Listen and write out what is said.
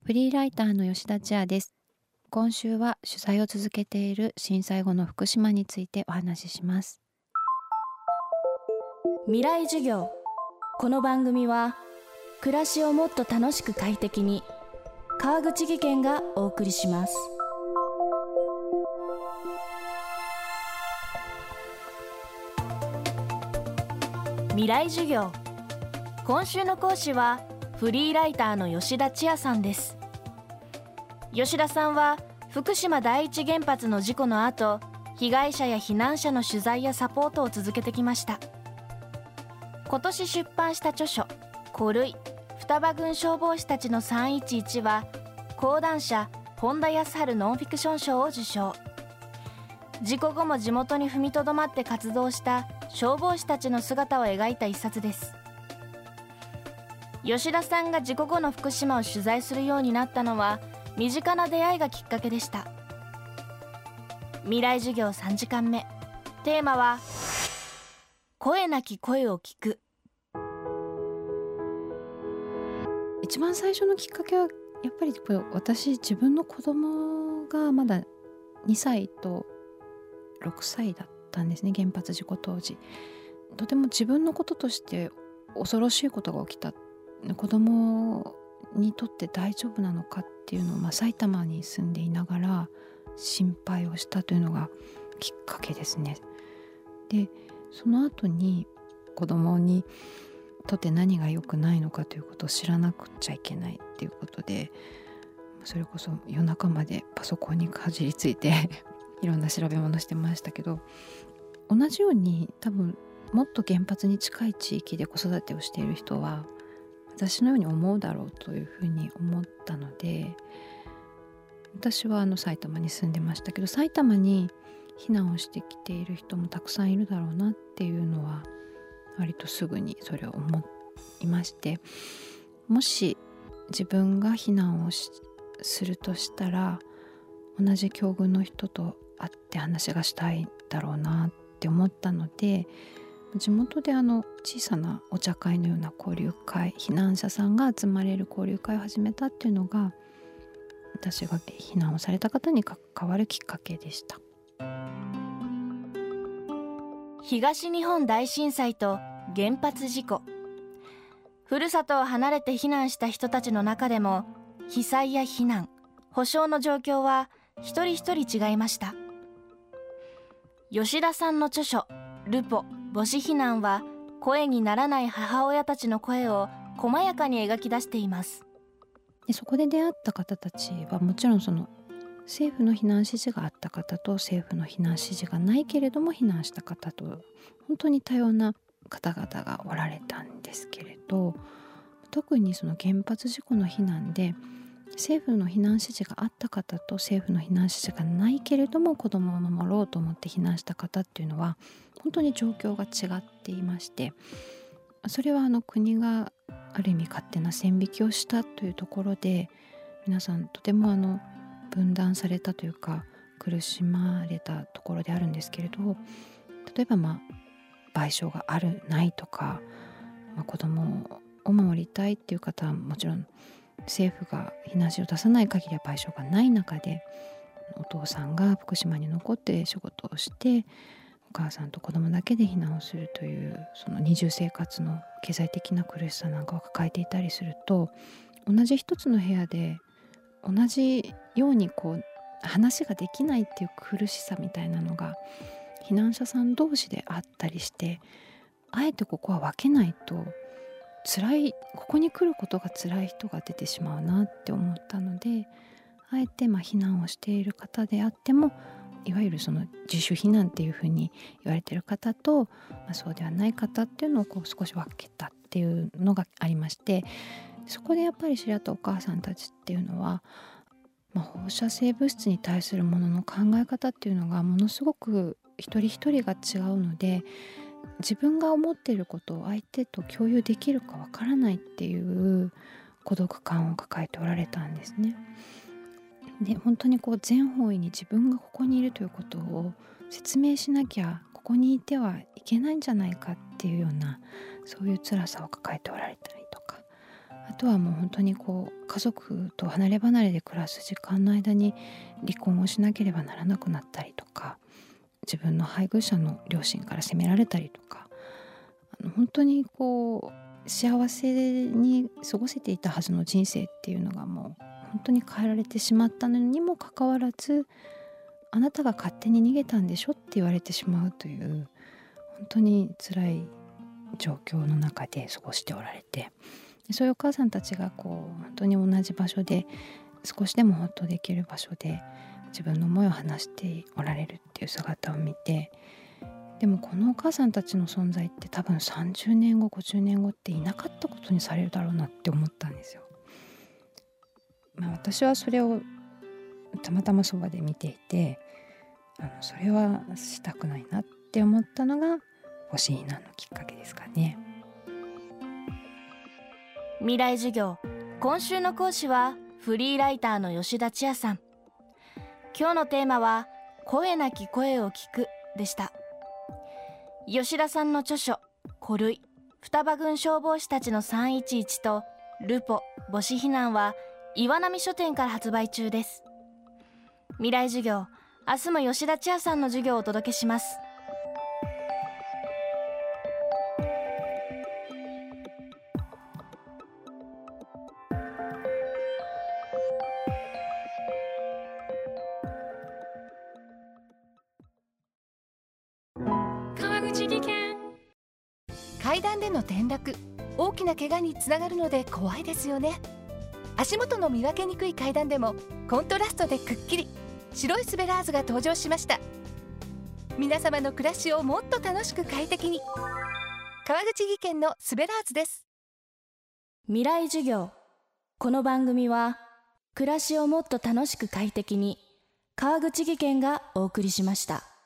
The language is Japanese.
フリーライターの吉田千也です。今週は取材を続けている震災後の福島についてお話しします。 未来授業。この番組は暮らしをもっと楽しく快適に、川口義賢がお送りします。未来授業。今週の講師はフリーライターの吉田千也さんです。吉田さんは福島第一原発の事故の後、被害者や避難者の取材やサポートを続けてきました。今年出版した著書「孤塁双葉郡消防士たちの311」は講談社本田康晴ノンフィクション賞を受賞。事故後も地元に踏みとどまって活動した消防士たちの姿を描いた一冊です。吉田さんが事故後の福島を取材するようになったのは身近な出会いがきっかけでした。未来授業3時間目、テーマは声なき声を聞く。 一番最初のきっかけはやっぱり私自分の子供がまだ2歳と6歳だったんですね。原発事故当時とても自分のこととして恐ろしいことが起きた。子供にとって大丈夫なのかっていうのを、埼玉に住んでいながら心配をしたというのがきっかけですね。でその後に子供にとって何が良くないのかということを知らなくちゃいけないっていうことで、それこそ夜中までパソコンにかじりついていろんな調べ物してましたけど、同じように多分もっと原発に近い地域で子育てをしている人は私のように思うだろうというふうに思ったので、私は埼玉に住んでましたけど、埼玉に避難をしてきている人もたくさんいるだろうなっていうのは割とすぐにそれを思いまして、もし自分が避難をするとしたら同じ境遇の人と会って話がしたいだろうなって思ったので、地元で小さなお茶会のような交流会、避難者さんが集まれる交流会を始めたっていうのが、私が避難をされた方に関わるきっかけでした。 東日本大震災と原発事故。ふるさとを離れて避難した人たちの中でも、被災や避難、補償の状況は一人一人違いました。吉田さんの著書「ルポ母子避難」は声にならない母親たちの声を細やかに描き出しています。 でそこで出会った方たちはもちろん政府の避難指示があった方と政府の避難指示がないけれども避難した方と、本当に多様な方々がおられたんですけれど、特にその原発事故の避難で政府の避難指示があった方と政府の避難指示がないけれども子どもを守ろうと思って避難した方っていうのは本当に状況が違っていまして、それは国がある意味勝手な線引きをしたというところで、皆さんとても分断されたというか苦しまれたところであるんですけれど、例えば賠償があるないとか、子どもを守りたいっていう方はもちろん政府が避難指示を出さない限りは賠償がない中で、お父さんが福島に残って仕事をしてお母さんと子供だけで避難をするというその二重生活の経済的な苦しさなんかを抱えていたりすると、同じ一つの部屋で同じように話ができないっていう苦しさみたいなのが避難者さん同士であったりして、あえてここは分けないと辛い、ここに来ることが辛い人が出てしまうなって思ったので、あえて避難をしている方であっても、いわゆるその自主避難っていうふうに言われている方と、そうではない方っていうのを少し分けたっていうのがありまして、そこでやっぱり知り合ったお母さんたちっていうのは、放射性物質に対するものの考え方っていうのがものすごく一人一人が違うので、自分が思っていることを相手と共有できるかわからないっていう孤独感を抱えておられたんですね。で本当に全方位に自分がここにいるということを説明しなきゃここにいてはいけないんじゃないかっていうような、そういう辛さを抱えておられたりとか、 あとはもう本当に家族と離れ離れで暮らす時間の間に離婚をしなければならなくなったりとか、自分の配偶者の両親から責められたりとか、本当に幸せに過ごせていたはずの人生っていうのがもう本当に変えられてしまったのにもかかわらず、あなたが勝手に逃げたんでしょって言われてしまうという、本当に辛い状況の中で過ごしておられて、そういうお母さんたちが本当に同じ場所で、少しでもほっとできる場所で自分の思いを話しておられるっていう姿を見て、でもこのお母さんたちの存在って多分30年後50年後っていなかったことにされるだろうなって思ったんですよ。私はそれをたまたまそばで見ていて、それはしたくないなって思ったのが母子避難のきっかけですかね。 未来授業、今週の講師はフリーライターの吉田千也さん。今日のテーマは声なき声を聞くでした。吉田さんの著書孤類、双葉郡消防士たちの311とルポ母子避難は岩波書店から発売中です。未来授業、明日も吉田千也さんの授業をお届けします。 川口技研。階段での転落、大きな怪我につながるので怖いですよね。足元の見分けにくい階段でもコントラストでくっきり白いスベラーズが登場しました。皆様の暮らしをもっと楽しく快適に、川口技研のスベラーズです。 未来授業、この番組は暮らしをもっと楽しく快適に、川口技研がお送りしました。